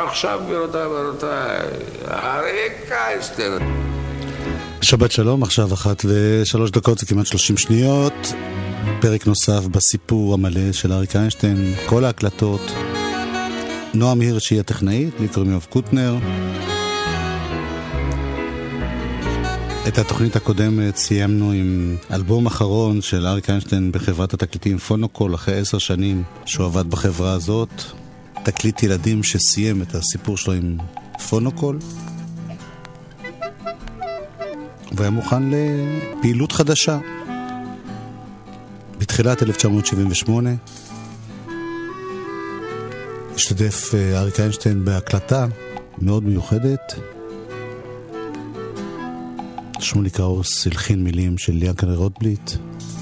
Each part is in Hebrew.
עכשיו גבירותיי, אריק איינשטיין. שבת שלום, עכשיו 1:03, זה כמעט 30 שניות. פרק נוסף בסיפור המלא של אריק איינשטיין, כל ההקלטות. נועם הירש היא הטכנאית, לי קוראים יואב קוטנר. את התוכנית הקודמת סיימנו עם אלבום אחרון של אריק איינשטיין בחברת התקליטים פונוקול, אחרי 10 שנים שהוא עבד בחברה הזאת. תקליט ילדים שסיים את הסיפור שלו עם פונוקול. והיה מוכן לפעילות חדשה. בתחילת 1978 השתתף אריק איינשטיין בהקלטה מאוד מיוחדת. שמוליק קראוס הלחין מילים של ינקלה רוטבליט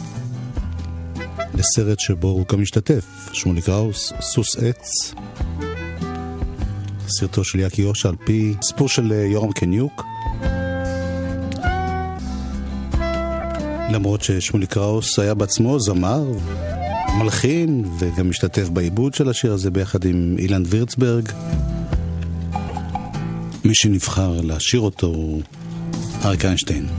לסרט שבו הוא גם השתתף. שמוליק קראוס, סוס עץ, סרטו של יקי יושע על פי סיפור של יורם קניוק. למרות ששמוליק קראוס היה בעצמו זמר, מלחין, וגם השתתף בעיבוד של השיר הזה ביחד עם אילן וירצברג. מי שנבחר לשיר אותו הוא אריק איינשטיין.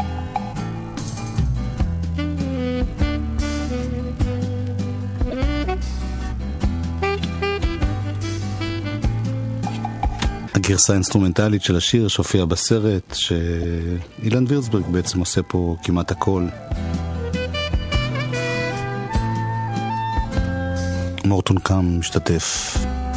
הגרסה האינסטרומנטלית של השיר שהופיע בסרט, שאילן וירצברג בעצם עושה פה כמעט הכל. מורטון קאם משתתף.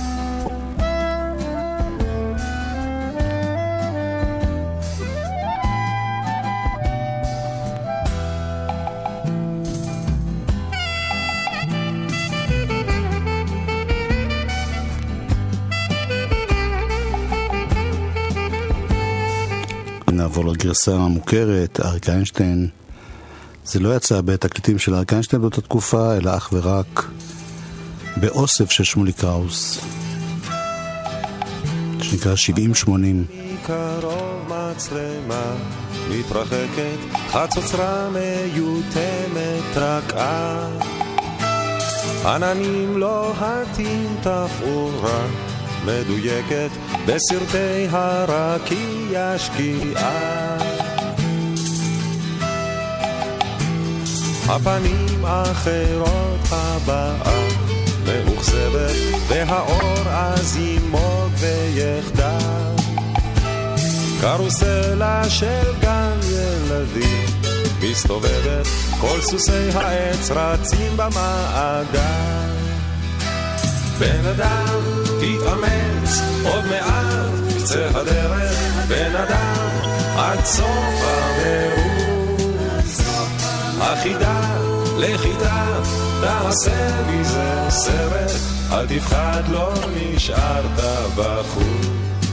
נעבור לגרסה המוכרת, אריק איינשטיין. זה לא יצא בתקליטים של אריק איינשטיין באותה תקופה, אלא אך ורק באוסף של שמוליק קראוס, שנקרא 70-80. מקרוב מצלמה מתרחקת, חצוצרה מיותמת רקעה, עננים לוהטים תפאורה מדויקת בסרטי הרקיע שקיעה. הפנים אחרות, הבאה מאוכזבת והאור אז ימוג ויחדל. קרוסלה של גן ילדים מסתובבת, כל סוסי העץ רצים במעגל. בן אדם תתאמץ, עוד מעט קצה הדרך, בן אדם עד סוף המרוץ. החידה לחידה תעשה מזה סרט, אל תפחד לא נשארת בחוץ,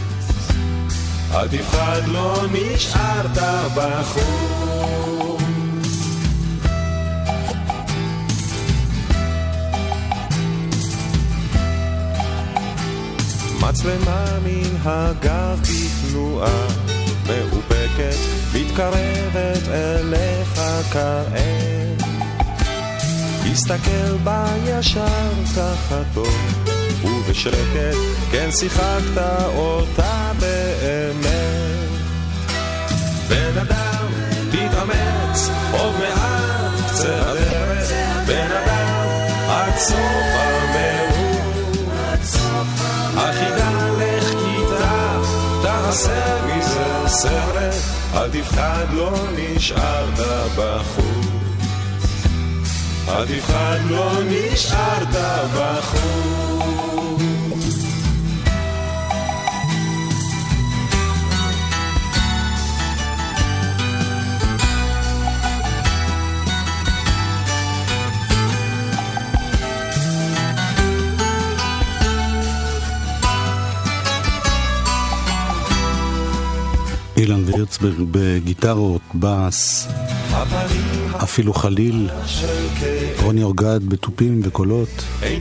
אל תפחד לא נשארת בחוץ. מצלמה מן הגב בתנועה מאופקת מתקרבת אליך כעת, הסתכל בה ישר תחתו ובשקט, כן שיחקת אותה באמת. בן אדם תתאמץ, עוד מעט קצה הדרך, בן אדם עד סוף המרוץ. החידה לך כיתה תעשה מזה סרט, אל תפחד לא נשארת בחוץ, אל תפחד לא נשארת בחוץ. אילן וירצברג בגיטרות, בס, אפילו חליל, רוני אורגד בטופים וקולות,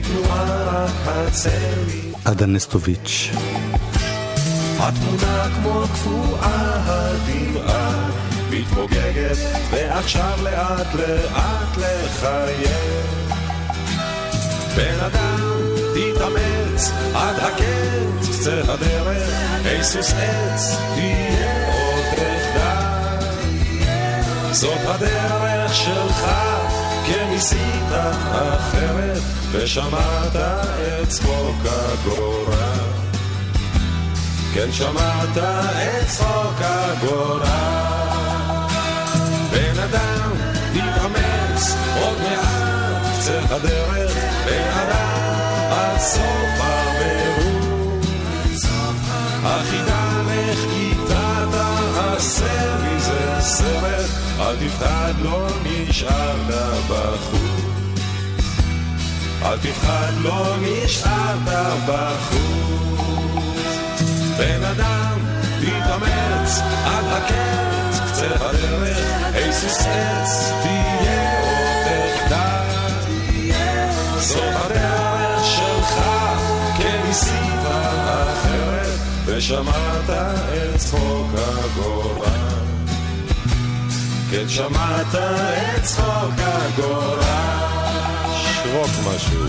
עדה נסטוביץ'. התמונה כמו קפואה, הדמעה מתפוגגת, ועכשיו לאט לאט לחייב. בן אדם תתאמץ עד הקץ, קצה הדרך, היסוס עץ, תהיה עוד תחדל. זאת הדרך שלך, כן ניסית אחרת, ושמעת את צחוק הגורל. כן שמעת את צחוק הגורל. בן אדם תתאמץ עוד מעט, קצה הדרך, בן אדם עד סוף המרוץ. החידה לך איתה תעשה מזה סרט, אל תפחד לא נשארת בחוץ. אל תפחד לא נשארת בחוץ. בן אדם תתאמץ עד הקץ, קצה הדרך, היסוס עץ, תהיה עוד תחדל. זאת הדרך שלך, כן ניסית אחרת, ושמעת את צחוק הגורל. כן שמעת את צחוק הגורל. שרוק משהו.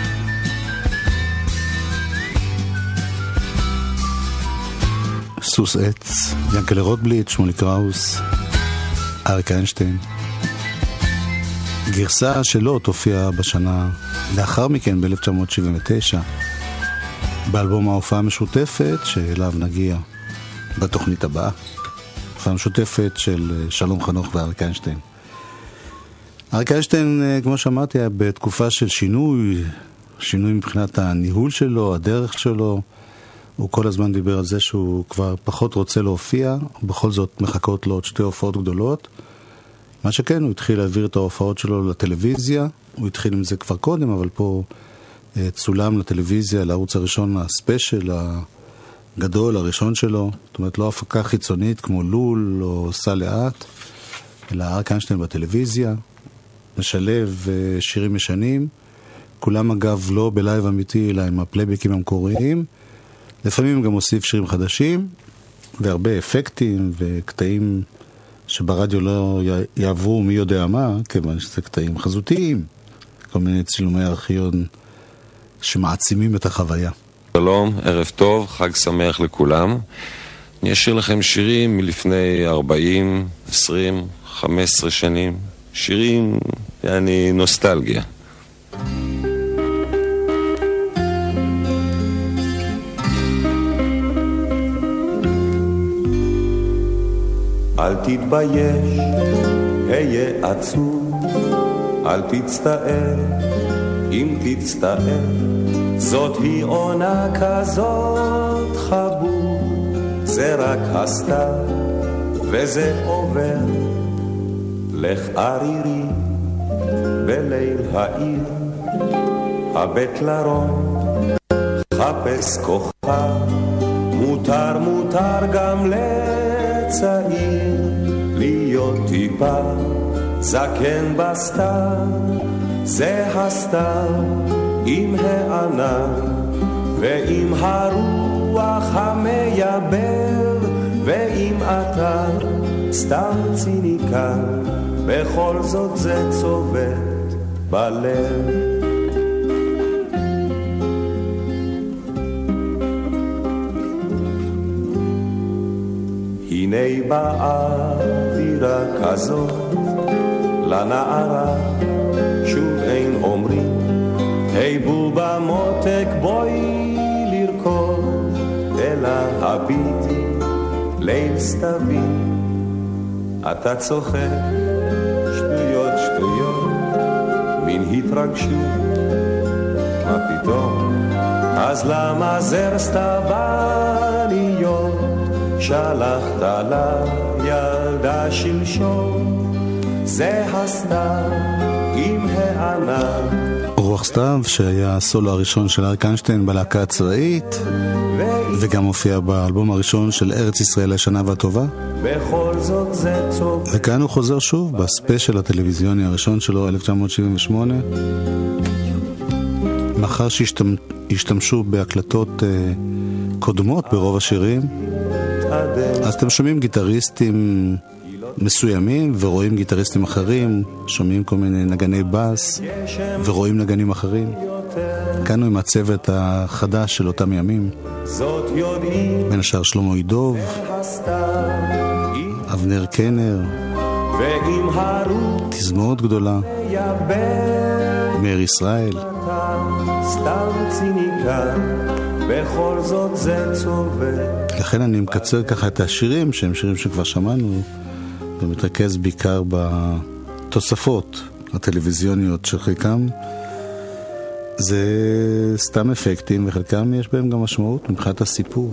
סוס עץ, ינקלה רוטבליט, שמוליק ראוס, אריק איינשטיין. גרסה שלו תופיע בשנה לאחר מכן, ב-1979, באלבום ההופעה המשותפת שאליו נגיע בתוכנית הבאה. הופעה משותפת של שלום חנוך ואריק איינשטיין. אריק איינשטיין, כמו שאמרתי, היה בתקופה של שינוי מבחינת הניהול שלו, הדרך שלו. הוא כל הזמן דיבר על זה שהוא כבר פחות רוצה להופיע, בכל זאת מחכות לו עוד 2 הופעות גדולות. מה שכן, הוא התחיל להעביר את ההופעות שלו לטלוויזיה, הוא התחיל עם זה כבר קודם, אבל פה צולם לטלוויזיה, לערוץ הראשון, הספיישל הגדול, הראשון שלו, זאת אומרת לא הפקה חיצונית כמו לול או סע לאט, אלא אריק איינשטיין בטלוויזיה, משלב שירים ישנים, כולם אגב לא בלייב אמיתי, אלא עם הפלייבקים המקוריים, לפעמים גם מוסיף שירים חדשים, והרבה אפקטים וקטעים שברדיו לא יעברו מי יודע מה, כיוון שזה קטעים חזותיים, כל מיני צילומי ארכיון שמעצימים את החוויה. שלום, ערב טוב, חג שמח לכולם. אני אשאיר לכם שירים מלפני 40, 20, 15 שנים. שירים, יעני נוסטלגיה. אל תתבייש, היה עצוב, אל תצטער, אם תצטער, זאת היא עונה כזאת חבוב, זה רק הסתיו וזה עובר. לך ערירי בליל העיר, הבט לרום, חפש כוחה, מותר גם לצעיר להיות טיפה זקן בסתיו, זה הסתיו עם הענן ועם הרוח המייבר, ואם אתה סתם ציניקן, בכל זאת זה צובט בלב. הנה באווירה כזאת לנערה שוב אין אומרים, היי בובה מותק בואי לרקוד, אלא הביטי ליל סתווי. אתה צוחק שטויות מן התרגשות, מה פתאום? אז למה זר סתווניות שלחת לילדה שלשום, זה הסתיו עם הענן. רוח סתיו שהיה הסולו הראשון של אריק איינשטיין בלהקה הצבאית, וגם הופיע באלבום הראשון של ארץ ישראל השנה והטובה. בכל זאת זה צוב. וכאן הוא חוזר שוב בספיישל הטלוויזיוני הראשון שלו 1978, מאחר שהשתמשו בהקלטות קודמות ברוב השירים, אז אתם שומעים גיטריסטים מסוימים ורואים גיטריסטים אחרים, שומעים כל מיני נגני בס ורואים נגנים אחרים. כאן עם הצוות החדש של אותם ימים, בין השאר שלמה עידוב, אבנר קנר, תזמורת גדולה, מאיר ישראל. סתם ציניקה, בכל זאת זה צובט. לכן אני מקצר ככה את השירים, שהם שירים שכבר שמענו, ומתרכז בעיקר בתוספות הטלוויזיוניות של חלקם. זה סתם אפקטים, וחלקם יש בהם גם משמעות מבחינת הסיפור.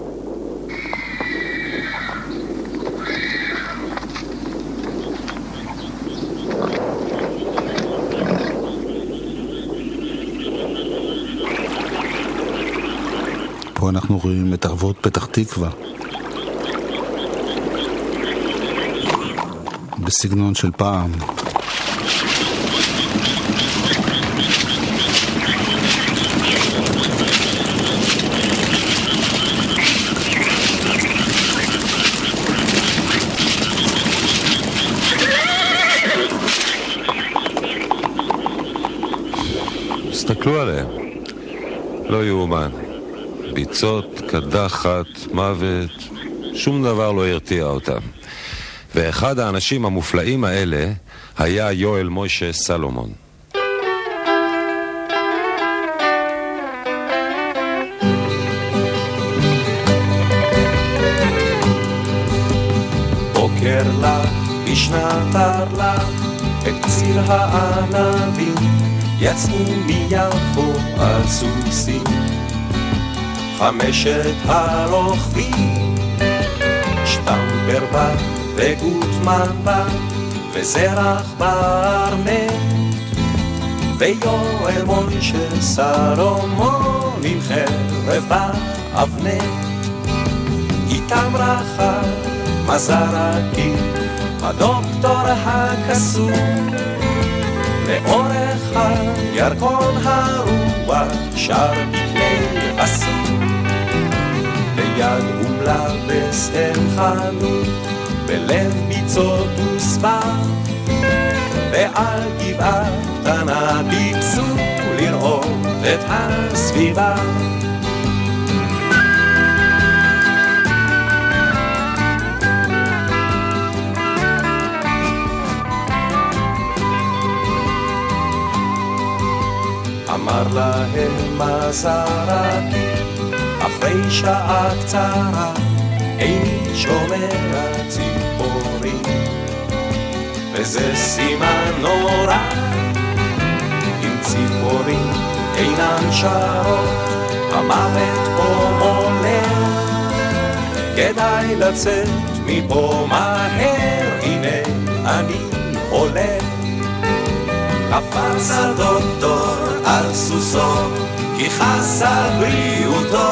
פה אנחנו רואים את ערבות פתח תקווה בסגנון של פעם. תסתכלו עליהם, לא יאומן. ביצות, קדחת, מוות, שום דבר לא הרתיע אותם. ואחד האנשים המופלאים האלה היה יואל מוישה סלומון. בוקר לך, בשנתר לך, את ציר הענבים, יצאו מיפו על סוסים. חמשת הרוכבים, שטמפר בר וגוטמן בר וזרח ברנט ויואל מוישה סלומון עם חרב באבנט. איתם רחב מזרקי הדוקטור הקסום, לאורך הירקון הרוח שר בפני אסור. ביד ומלבס הם חנות בלב ביצות וסבר, ועל גבעה קטנה טיפסו לראות את הסביבה. אמר להם מזרקי אחרי שעה קצרה, איני שומע ציפורים, וזה סימן נורא. אם ציפורים אינן שרות, המוות פה מולך. כדאי לצאת מפה מהר, הנה אני הולך. קפץ הדוקטור על סוסו, כי חס על בריאותו,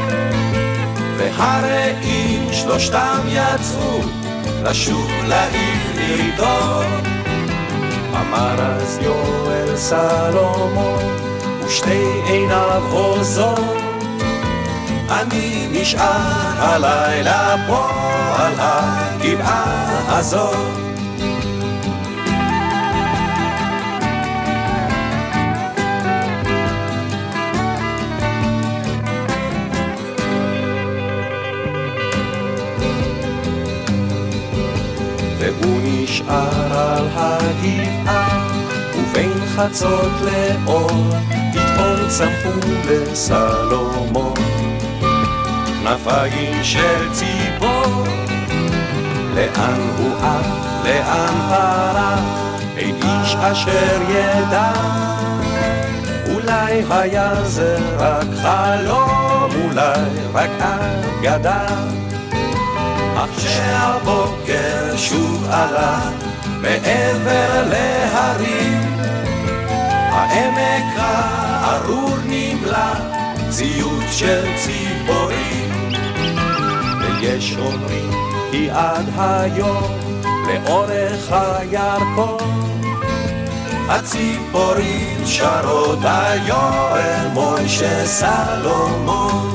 והרעים שלושתם יצאו לשוב לעיר איתו. אמר אז יואל סלומון ושתי עיניו עוזות, אני נשאר הלילה פה על הגבעה הזאת. והוא נשאר על הגבעה, ובין חצות לאור פתאום צמחו לסלומון כנפיים של ציפור. לאן הוא עף, לאן פרח, אין איש אשר ידע. אולי היה זה רק חלום, אולי רק אגדה. אך שהבוקר שוב עלה מעבר להרים, העמק הארור נמלא ציוץ של ציפורים. ויש אומרים כי עד היום לאורך הירקון הציפורים שרות היואל מוישה סלומון.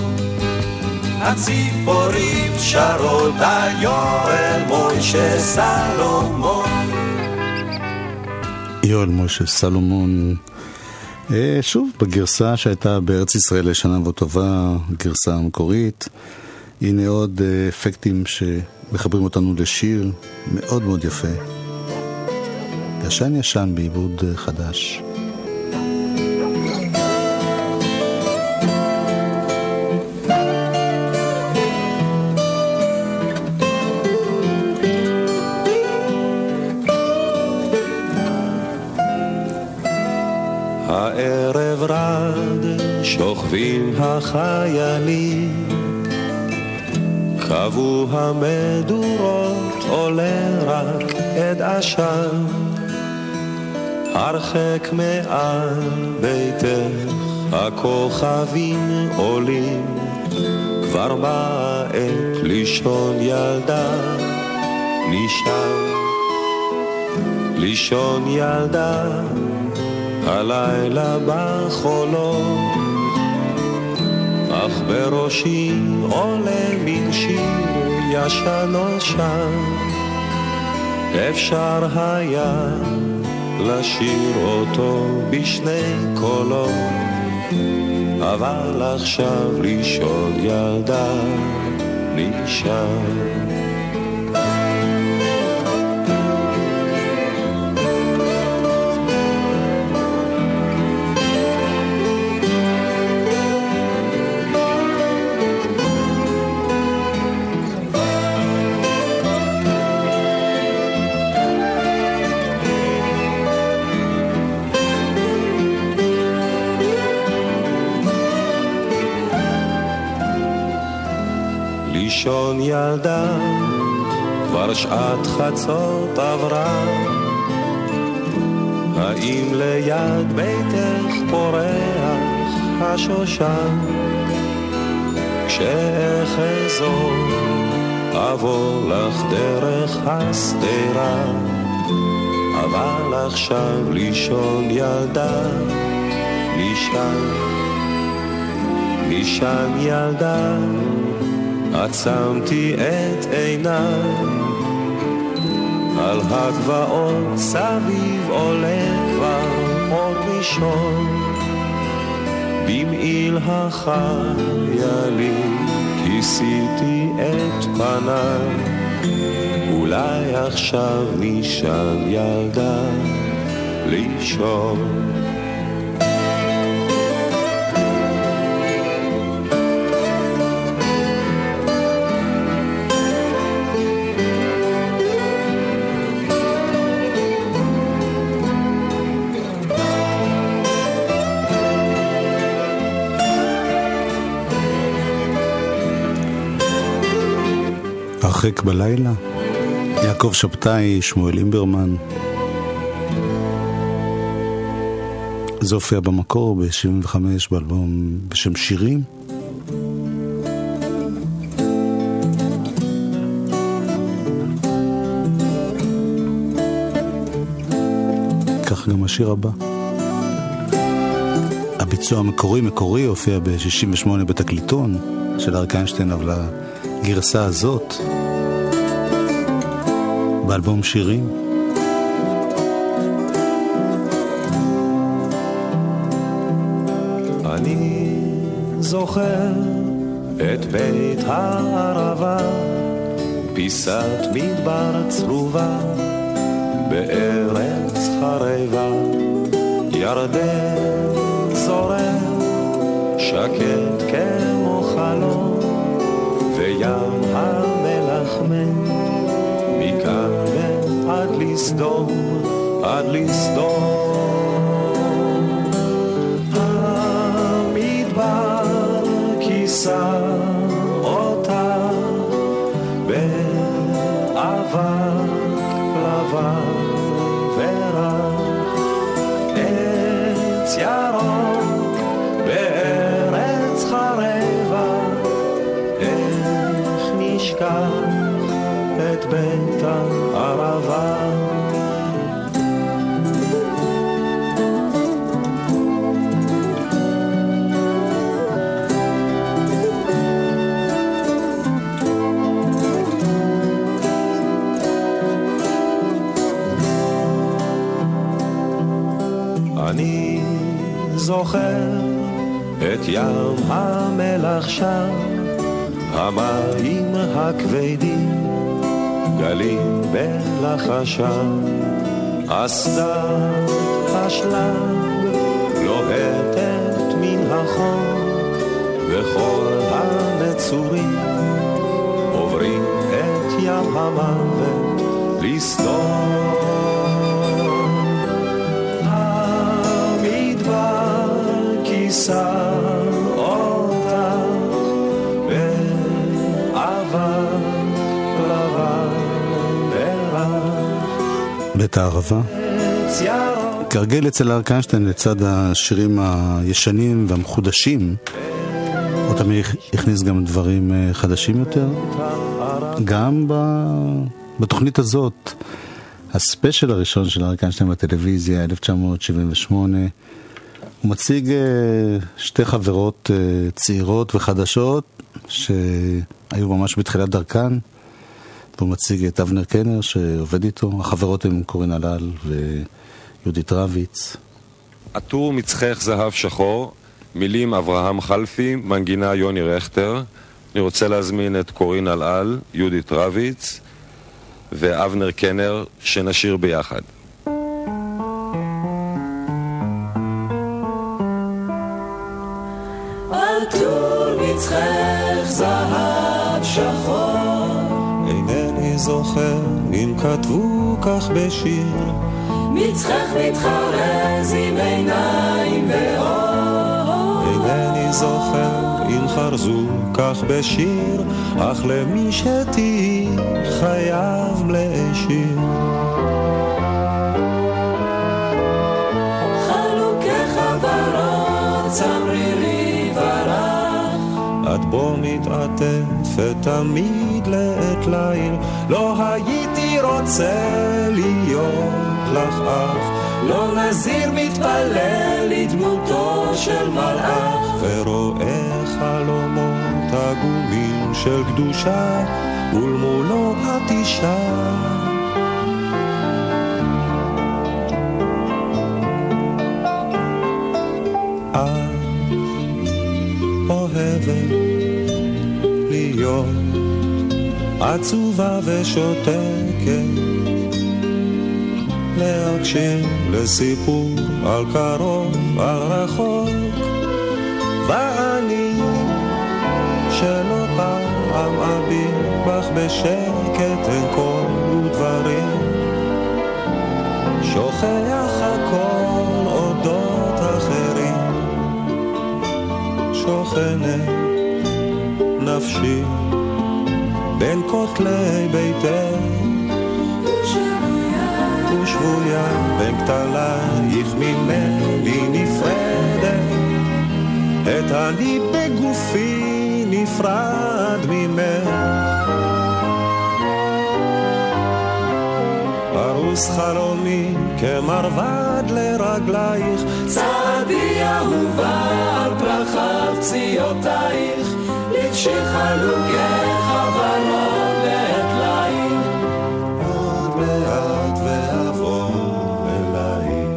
הציפורים שרות היואל מוישה סלומון. יואל מוישה סלומון שוב, בגרסה שהייתה בארץ ישראל לשנה וטובה, גרסה המקורית, הנה עוד אפקטים שמחברים אותנו לשיר מאוד מאוד יפה. ישן ישן בעיבוד חדש. הערב רד שוכבים החיילים, קבעו המדורות עולה רק עד עשן, הרחק מעל ביתך הכוכבים עולים, כבר באה עת לישון ילדה, לישון ילדה, הלילה בחולון, אך בראשי עולה מן שיר ישן נושן, אפשר היה לשיר אותו בשני קולות, אבל עכשיו לישון ילדה לישן. לישון ילדה, כבר שעת חצות עברה, האם ליד ביתך פורח השושן, כשאחזור אבוא לך דרך הסתירה, אבל עכשיו לישון ילדה, לישן ילדה, עצמתי את עיניי, על הגבעות סביב עולה כבר אור ראשון, במעיל החיילים כיסיתי את פניי, אולי עכשיו נשאל ילדה לישון. הרחק בלילה, יעקב שבתאי, שמואל אימברמן. זה הופיע במקור ב-75 באלבום בשם שירים. כך גם השיר הבא. הביצוע המקורי הופיע ב-68 בתקליטון של אריק איינשטיין, אבל הגרסה הזאת באלבום שירים. אני זוכר את בית הערבה, פיסת מדבר צרובה בארץ חרבה, ירדן זורם שקט כמו חלום, וים המלח מת מכאן ועד לסדום, עד לסדום. המדבר כיסה אותה באבק לבן ורק, עץ ירוק בארץ חרבה, איך נשכח את בית הערבה. אני זוכר את ים המלח שם, המים הכבדים, גלים בלחשם, אסדת השלג לוהטת מן החוק, וכל הנצורים עוברים את ים המוות לסדום. המדבר כיסה אותך באבק לבן ורח. בית הערבה כרגל אצל אריק איינשטיין, לצד השירים הישנים והמחודשים אותם הכניס גם דברים חדשים יותר. גם בתוכנית הזאת, הספיישל הראשון של אריק איינשטיין בטלוויזיה 1978, הוא מציג שתי חברות צעירות וחדשות שהיו ממש בתחילת דרכן, והוא מציג את אבנר קנר שעובד איתו. החברות הם קורין הלל ויהודית רביץ. עטור מצחך זהב שחור, מילים אברהם חלפי, מנגינה יוני רכטר. אני רוצה להזמין את קורין הלל, יהודית רביץ ואבנר קנר, שנשיר ביחד. עטור מצחך זהב שחור, אינני זוכר אם כתבו כך בשיר, מצחך מתחרז עם עיניים ואור. אינני זוכר אם חרזו כך בשיר, אך למי שתהי חייב להשאיר. חלוקי חברות צמרירי ורח, את בו מתעטפת תמיד לעת ליל, לא הייתי רוצה להיות לך אח, לא נזיר מתפלל לדמותו של מלאך, ורואה חלומות עגומים של קדושה, ולמולו את אישה. את אוהבת להיות עצובה ושותקת, להקשיב לסיפור על קרוב, על רחוק, ואני שלא פעם אביט בך בשקט אין כל ודברים, שוכח הכל אודות אחרים, שוכנת נפשי בין כותלי ביתך, ושבויה בין כתלייך ממני נפרדת, את אני בגופי נפרד ממך, ארוס חלומי כמרבד לרגלייך, צעדי אהובה על פרחת פציעותייך, לבשי חלוקי חברות לעת ליל, עוד מעט ואבוא אלייך.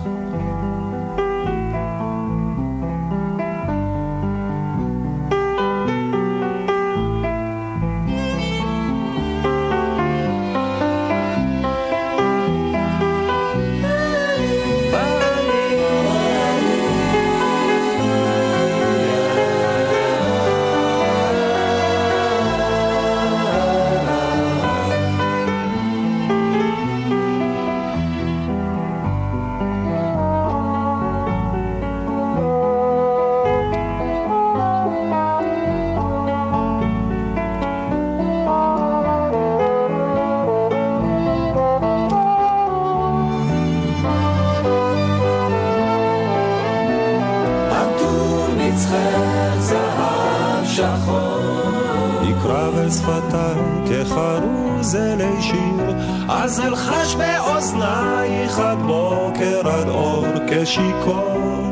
כחרוז אלי שיר, אז אלחש באוזנייך עד בוקר עד אור כשיקור,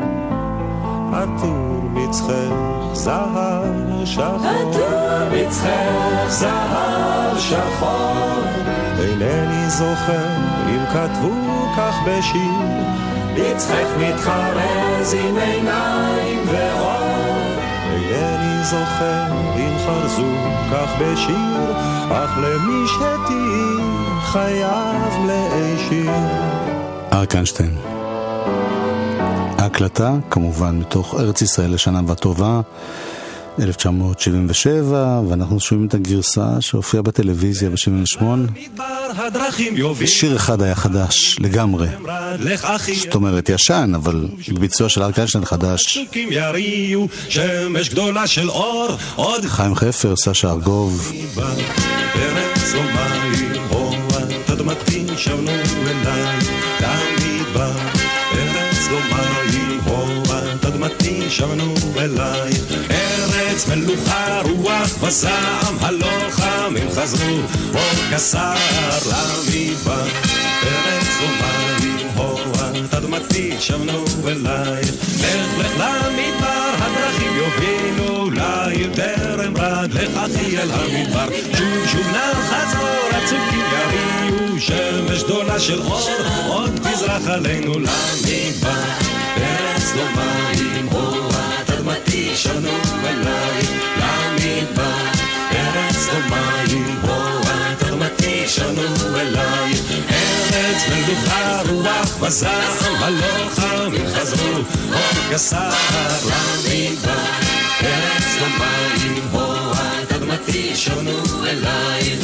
עטור מצחך זהב שחור, עטור מצחך זהב שחור, אינני זוכר אם כתבו כך בשיר, מצחך מתחרז עם עיניים ואור. אינני זוכר אם חרזו כך בשיר, אך למי שתהי חייב להישיר. אריק איינשטיין. ההקלטה כמובן מתוך ארץ ישראל לשנה וטובה 1977, ואנחנו שומעים את הגרסה שהופיעה בטלוויזיה ב-78. שיר אחד היה חדש לגמרי, זאת אומרת ישן, אבל בביצוע של אריק איינשטיין חדש. חיים חפר, סשה ארגוב. שבנו אליי תמיד בא ארץ לא מים הורת אדמתי שבנו אליי ארץ מלוכה רוח וזעם הלוחמים חזרו עוד כסר למדבר ארץ לא מים הורת אדמתי שבנו אליי לך למדבר הדרכים יובילו לעיר טרם רד לך אחי אל המדבר שוב נחזור הצוקים יריעו שמש גדולה של אור עוד תזרח עלינו למדבר ארץ לא מים הורת אדמתי שבנו אליי למדבר ארץ לא מים הורת אדמתי שבנו אליי ארץ מלוכה רוח וזעם הלוחמים חזרו עוד גסר למדבר ארץ לא מים הורת אדמתי שבנו אליי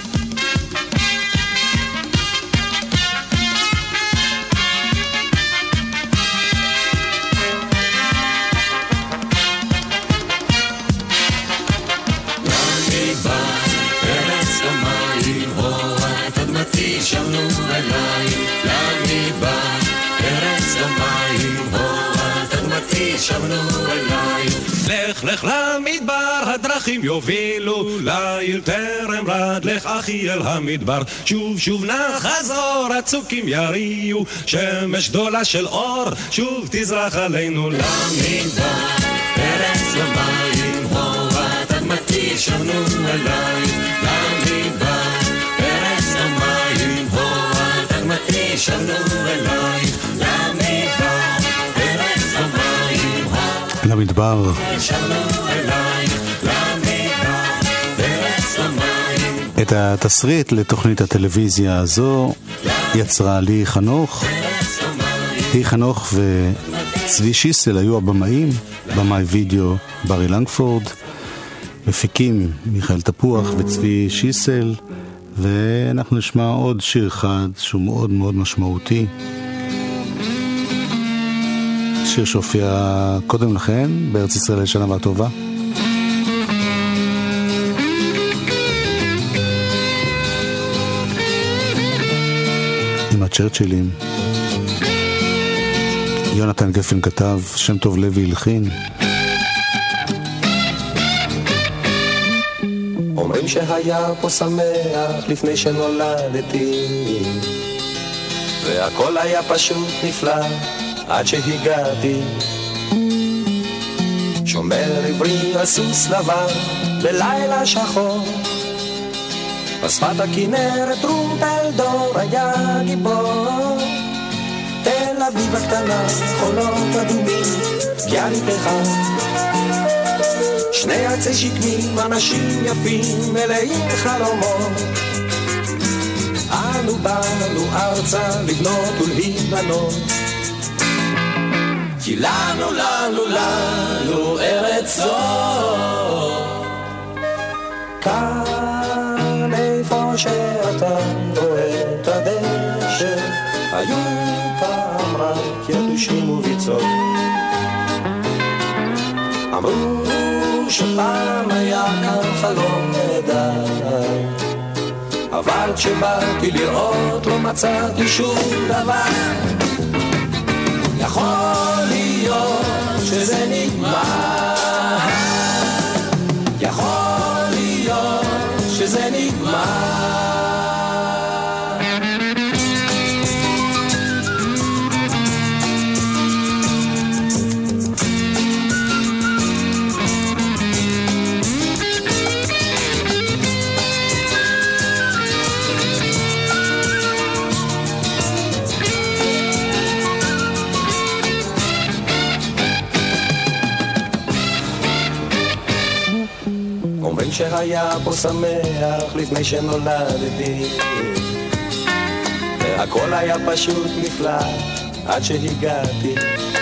שבנו אליי למדבר ארץ לא מים הורת אדמתי שבנו אליי לך למדבר הדרכים יובילו לעיר טרם רד לך אחי אל המדבר שוב נחזור הצוקים יריעו שמש גדולה של אור שוב תזרח עלינו למדבר ארץ לא מים הורת אדמתי שבנו אליי למדבר שבנו אליי למדבר ארץ לא מים למדבר שבנו אליי למדבר ארץ לא מים. את התסריט לתוכנית הטלוויזיה הזו יצרה לי חנוך. לי חנוך וצבי שיסל היו הבמאים, במאי וידאו ברי לנגפורד, מפיקים מיכאל תפוח וצבי שיסל, ואנחנו נשמע עוד שיר אחד שהוא מאוד מאוד משמעותי, שיר שהופיע קודם לכן בארץ ישראל לשנה והטובה, עם הצ'רצ'ילים. יונתן גפן כתב, שם טוב לוי הלחין. אומרים שהיה פה שמח לפני שנולדתי, והכל היה פשוט נפלא עד שהגעתי. שומר עברי על סוס לבן בלילה שחור, בשפת הכנרת טרומפלדור היה גיבור. תל אביב הקטנה, חולות אדומים, ביאליק אחד, שני עצי שקמים, אנשים יפים מלאים חלומות. אנו באנו ארצה לבנות ולהיבנות, כי לנו ארץ זו. כאן איפה שאתה רואה את הדשא, היו פעם רק יתושים וביצות. אמרו שפעם היה כאן חלום נהדר, אבל כשבאתי לראות לא מצאתי שום דבר. יכול להיות שזה נגמר, יכול להיות שזה נגמר. שהיה פה שמח לפני שנולדתי, והכל היה פשוט נפלא עד שהגעתי.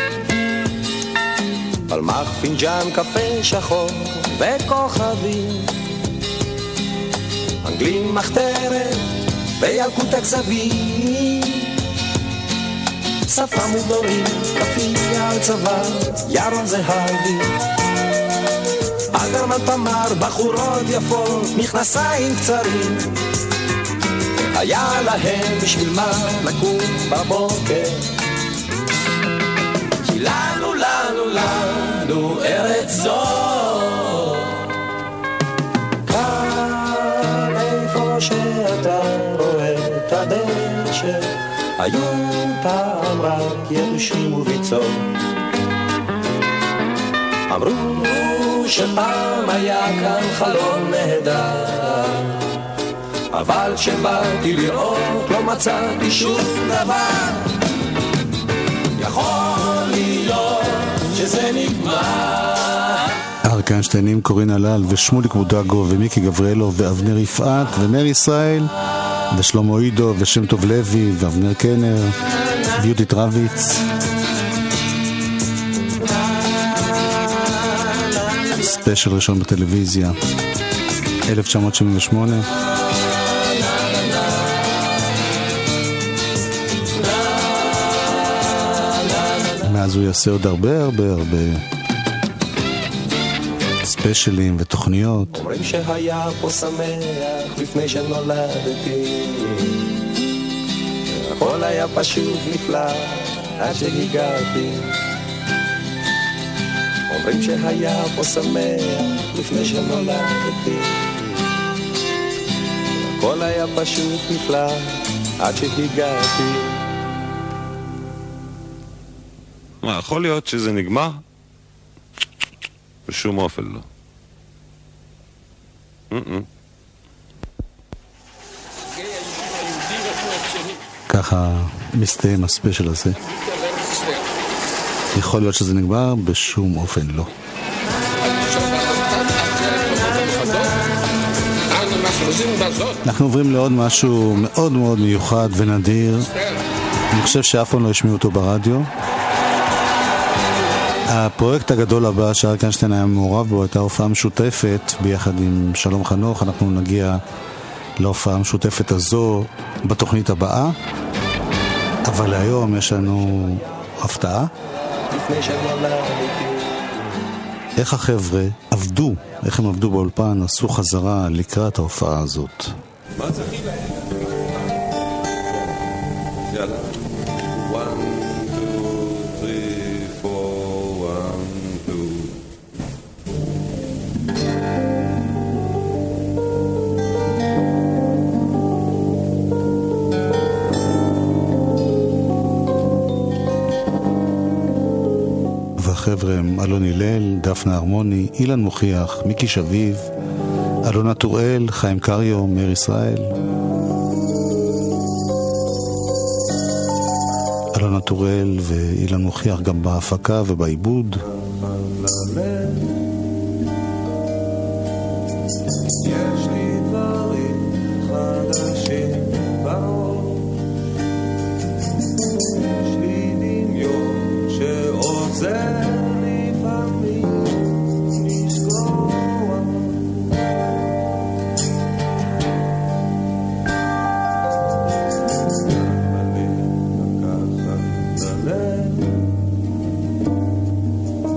פלמח, פינג'אן, קפה שחור וכוכבים, אנגלים, מחתרת וילקוט הכזבים, שפה מודלורים, כפייה על צוואר, ירון זהבי, אגרמן תמר, בחורות יפות, מכנסיים קצרים, היה להם בשביל מה לקום בבוקר, כי לנו ארץ זו, כאן איפה שאתה רואה את הדשא, היו פעם רק ירושים וביצות, אמרו שפעם היה כאן חלום נהדר, אבל כשבאתי לראות לא מצאתי שום דבר, יכול להיות שזה נגמר. אריק איינשטיין, קורין הלל ושמוליק בודגו ומיקי גבריאלו ואבנר יפעת ומר ישראל ושלמה עידו ושם טוב לוי ואבנר קנר ויהודית רביץ. ספיישל ראשון בטלוויזיה 1978. מאז הוא יעשה עוד הרבה ספיישלים ותוכניות. אומרים שהיה פה שמח לפני שנולדתי, הכל היה פשוט נפלא עד שהגעתי. אומרים שהיה פה שמח לפני שנולדתי, הכל היה פשוט נפלא עד שהגעתי. מה, יכול להיות שזה נגמר? בשום אופן לא. ככה מסתיים הספיישל הזה. יכול להיות שזה נגמר? בשום אופן לא. אנחנו עוברים לעוד משהו מאוד מאוד מיוחד ונדיר. אני חושב שאף פעם לא ישמיעו אותו ברדיו. הפרויקט הגדול הבא שאריק איינשטיין היה מעורב בו הייתה הופעה משותפת ביחד עם שלום חנוך. אנחנו נגיע להופעה המשותפת הזו בתוכנית הבאה, אבל היום יש לנו הפתעה. איך החבר'ה עבדו, איך הם עבדו באולפן, עשו חזרה לקראת ההופעה הזאת. מה זה? יאללה. 1, 2, 3, 4, 1, 2. והחבר'ה הם אלון הלל, דפנה הרמוני, אילן מוכיח, מיקי שביב, אלונה טוראל, חיים קריו, מר ישראל. אלונה טוראל ואילן מוכיח גם בהפקה ובעיבוד. יש לי דברים חדשים בראש, יש לי דמיון שעוזר לפעמים לזכור, לקחת ללב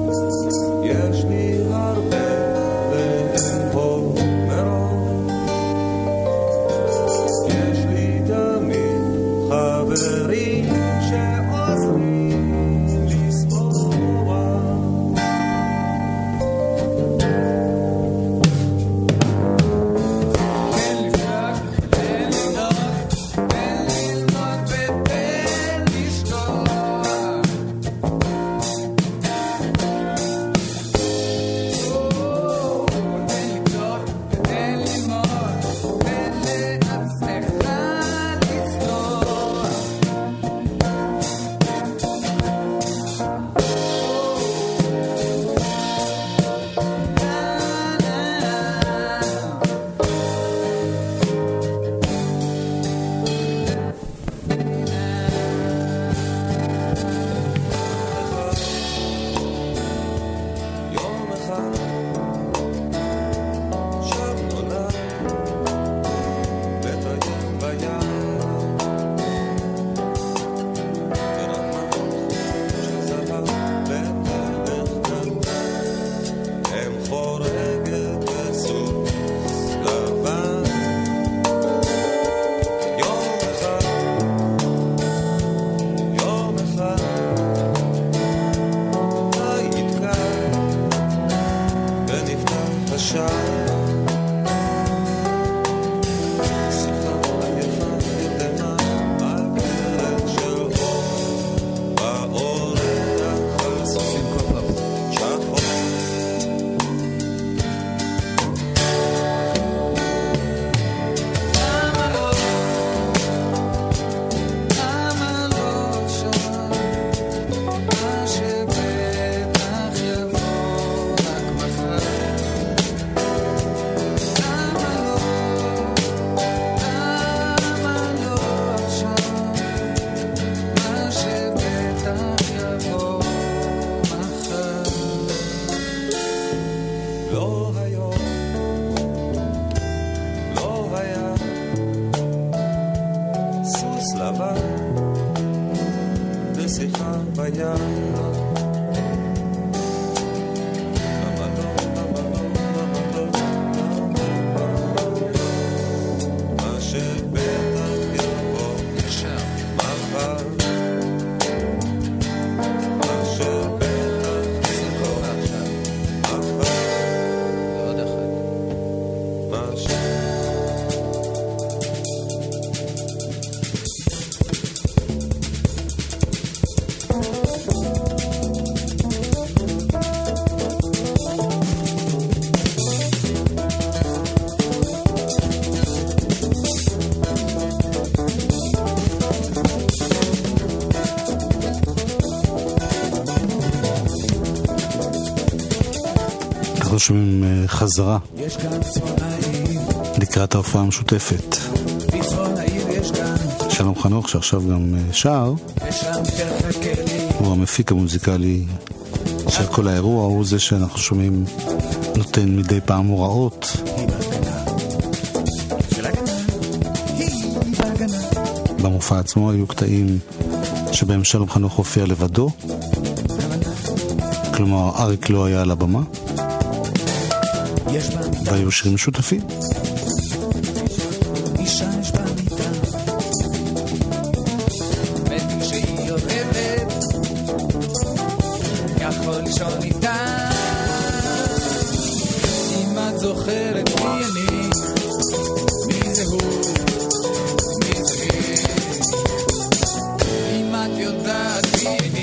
לים. שומעים חזרה לקראת ההופעה המשותפת. שלום חנוך שעכשיו גם שר, הוא המפיק המוזיקלי של כל האירוע, הוא זה שאנחנו שומעים נותן מדי פעם הוראות. במופע עצמו היו קטעים שבהם שלום חנוך הופיע לבדו, כלומר אריק לא היה על הבמה, והיו שירים משותפים. אישה יש במיטה בטח שהיא אוהבת יכול לישון איתה אם את זוכרת מי אני מי זה הוא מי זה היא אם את יודעת מי אני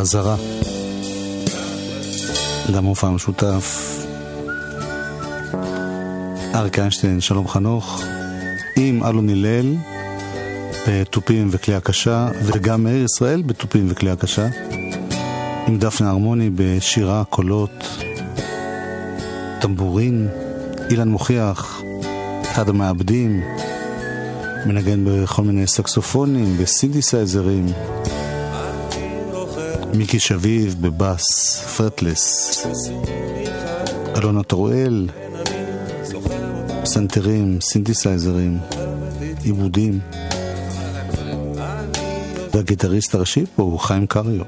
בחזרה למופע המשותף. אריק איינשטיין, שלום חנוך, עם אלון הלל בתופים וכלי הקשה, וגם מאיר ישראל בתופים וכלי הקשה, עם דפנה הרמוני בשירה, קולות, טמבורין, אילן מוכיח, אחד המעבדים, מנגן בכל מיני סקסופונים, בסינתסייזרים, מיקי שביב בבאס, פרטלס, אלונה טרואל, פסנתרים, סינתסייזרים, עיבודים, והגיטריסט הראשי פה הוא חיים קריו.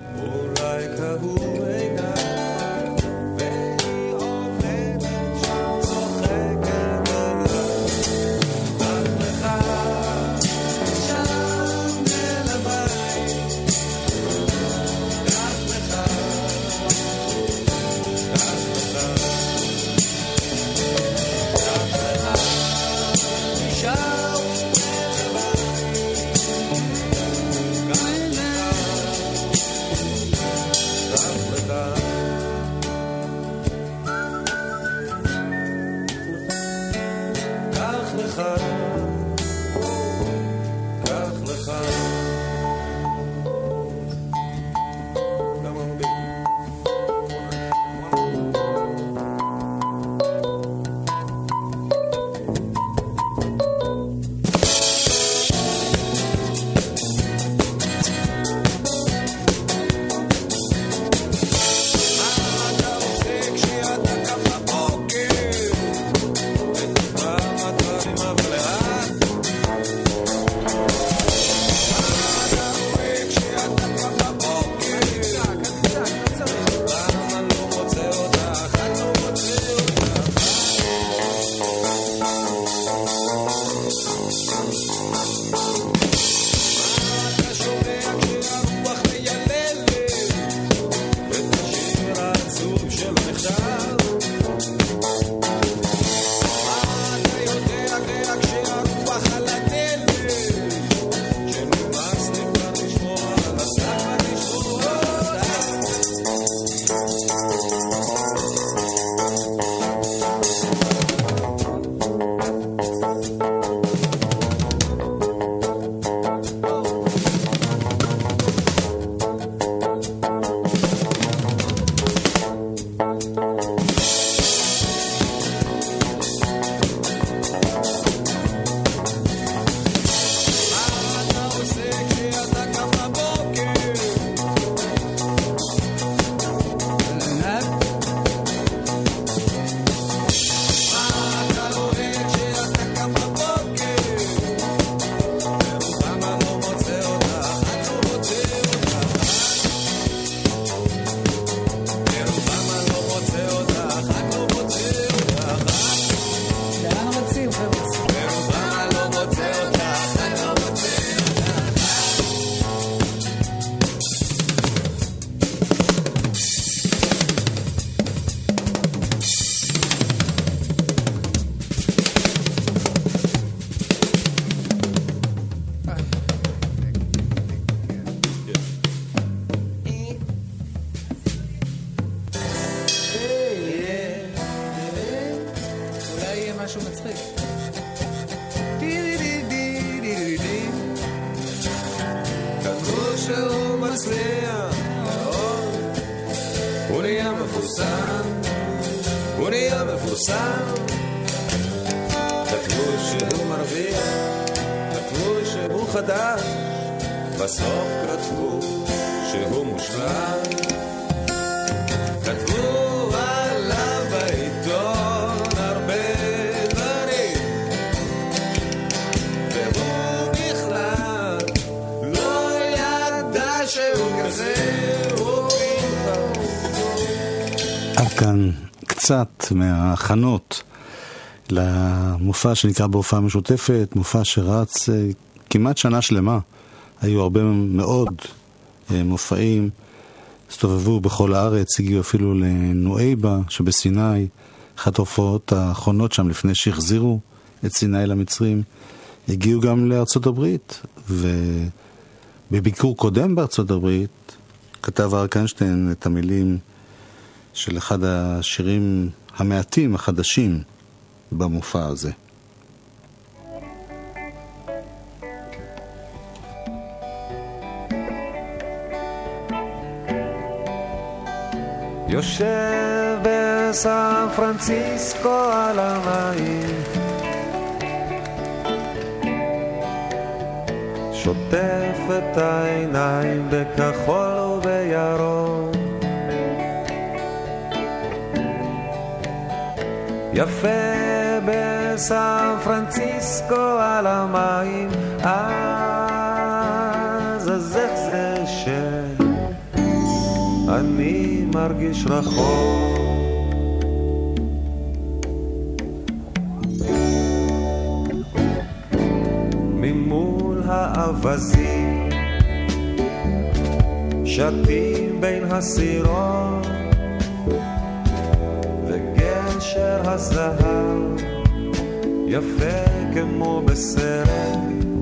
כאן קצת מההכנות למופע שנקרא בהופעה משותפת, מופע שרץ כמעט שנה שלמה. היו הרבה מאוד מופעים, הסתובבו בכל הארץ, הגיעו אפילו לנואיבה שבסיני, אחת ההופעות האחרונות שם לפני שהחזירו את סיני למצרים. הגיעו גם לארצות הברית, ובביקור קודם בארצות הברית כתב אריק איינשטיין את המילים של אחד השירים המעטים החדשים במופע הזה. יושב בסן פרנסיסקו על המים, שוטף את העיניים בכחול ובירוק, יפה בסן פרנסיסקו על המים, אז איך זה שאני מרגיש רחוק, ממול האבזים שתים בין הסירות וגשר הזהב יפה כמו בסרט,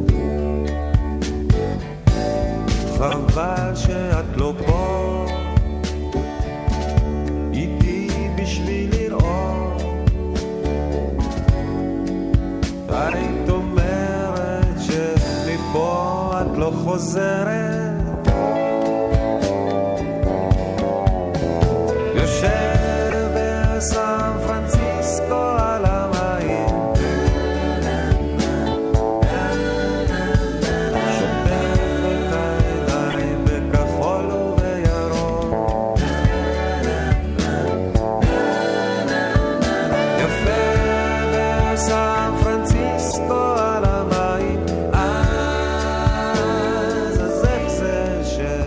חבל שאת לא פה איתי בשביל לראות, היית אומרת שמפה את לא חוזרת, יושב בסן פרנסיסקו על המים, שוטף את העיניים בכחול ובירוק, יפה בסן פרנסיסקו על המים, אז איך זה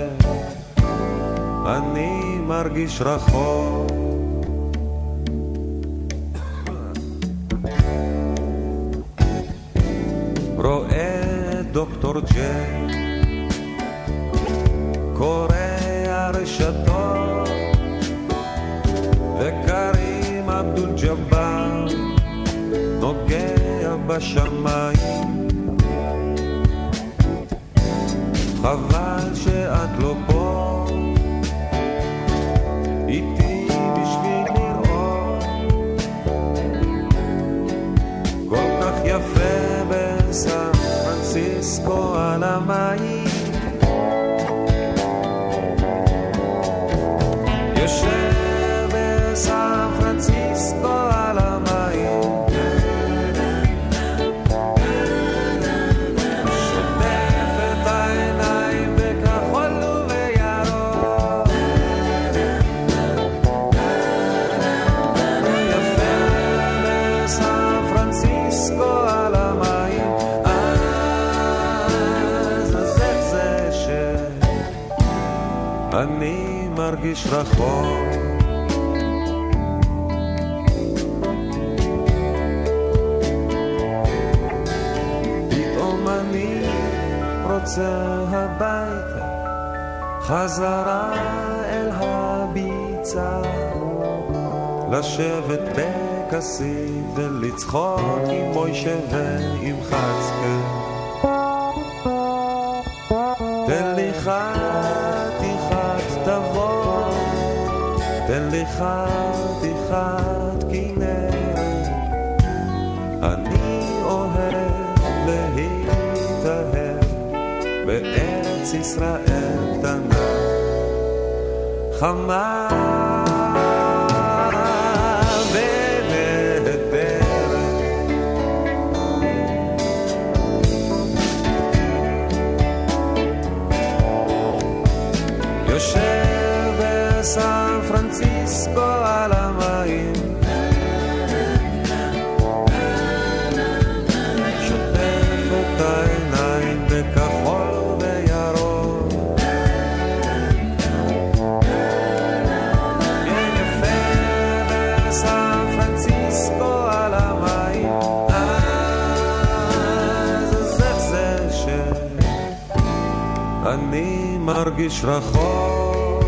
שאני מרגיש רחוק, רואה דוקטור ג'ק קורא הרשתות וקרים אבדול ג'בר נוגע בשמיים, חבל שאת לא פה איתי בשביל לראות, כל כך יפה בסן פרנסיסקו על המים, יושב בסן פרנסיסקו על המים, שוטף את העיניים בכחול ובירוק, יפה בסן פרנסיסקו על המים, אז איך זה שאני מרגיש רחוק, פתאום אני רוצה הביתה, חזרה אל הביצה, לשבת בכסית ולצחוק עם מוישה ועם חצקה, תן לי חתיכת תבוא, תן לי חתיכת כנרת, אני אוהב להתאהב בארץ ישראל קטנה, חמה ונהדרת, יושב בסן פרנסיסקו על המים, שוטף את העיניים בכחול ובירוק, יפה בסן פרנסיסקו על המים, אז איך זה שאני מרגיש רחוק,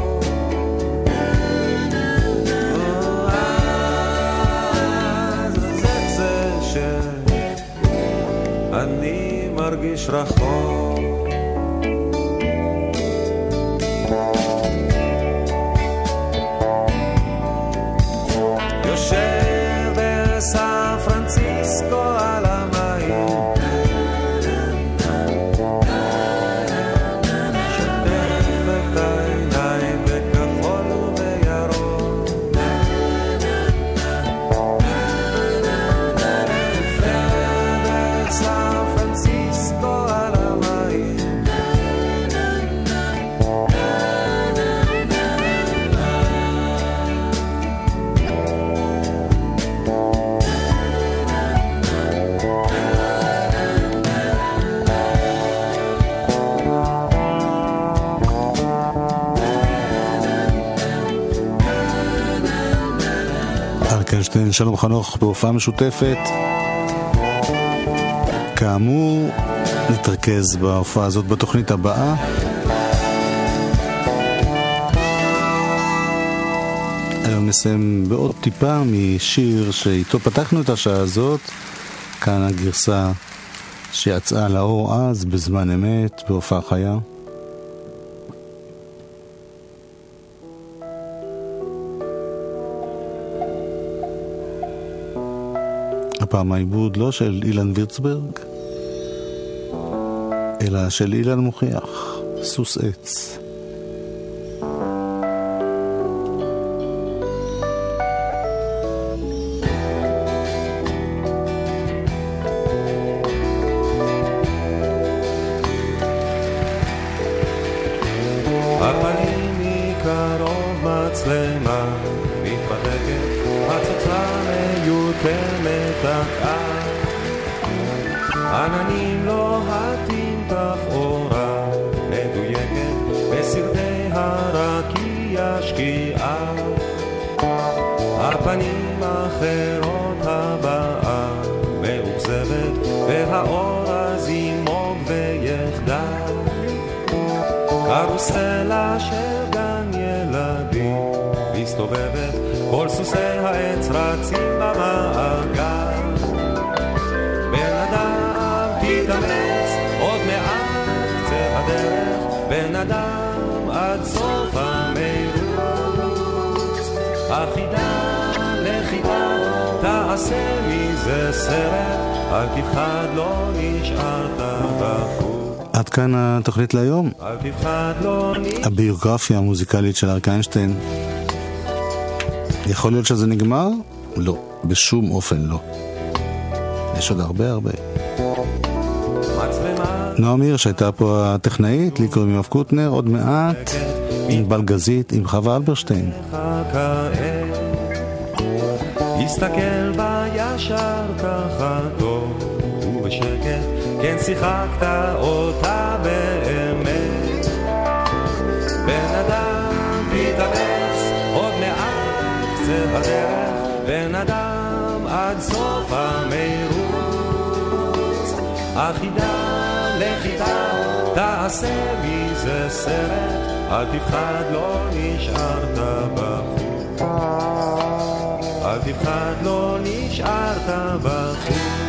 אני מרגיש רחוק, פרנסיסקו על המים שוטף את העיניים בכחול ובירוק סן פרנסיסקו על המים אריק איינשטיין, שלום חנוך, בהופעה משותפת. כאמור, נתרכז בהופעה הזאת בתוכנית הבאה. היום נסיים בעוד טיפה משיר שאיתו פתחנו את השעה הזאת. כאן הגרסה שיצאה לאור אז בזמן אמת בהופעה חיה. הפעם העיבוד לא של אילן וירצברג, אלא של אילן מוכיח, סוס עץ. הפנים מקרוב מצלמה מתבדקת הצוצה מיותמת הקעה עננים לוהטים תפאורה מדויקת בסרטי הרקיע שקיעה הפנים אחרות הבאה מאוכזבת והאור הזימוג ויחדה קרוסלה של גן ילדים מסתובבת כל סוסי העץ רצים במעגל בן אדם תתאמץ עוד מעט קצה הדרך בן אדם עד סוף המרוץ החידה לחידה תעשה מזה סרט אל תפחד לא נשארת בחוץ עד כאן התוכנית להיום. הביוגרפיה המוזיקלית של אריק איינשטיין. יכול להיות שזה נגמר? לא, בשום אופן לא. יש עוד הרבה. נועם הירש שהייתה פה הטכנאית, לי קוראים יואב קוטנר, עוד מעט עם בלגזית, עם חווה אלברשטיין. הסתכל בישר ככה טוב ובשקט כן שיחקת אותה באמת בן אדם תתאמץ עוד מעט קצה בדרך בן אדם עד סוף המרוץ החידה לחידה תעשה מזה סרט אל תפחד לא נשארת בחוץ אל תפחד לא נשארת בחוץ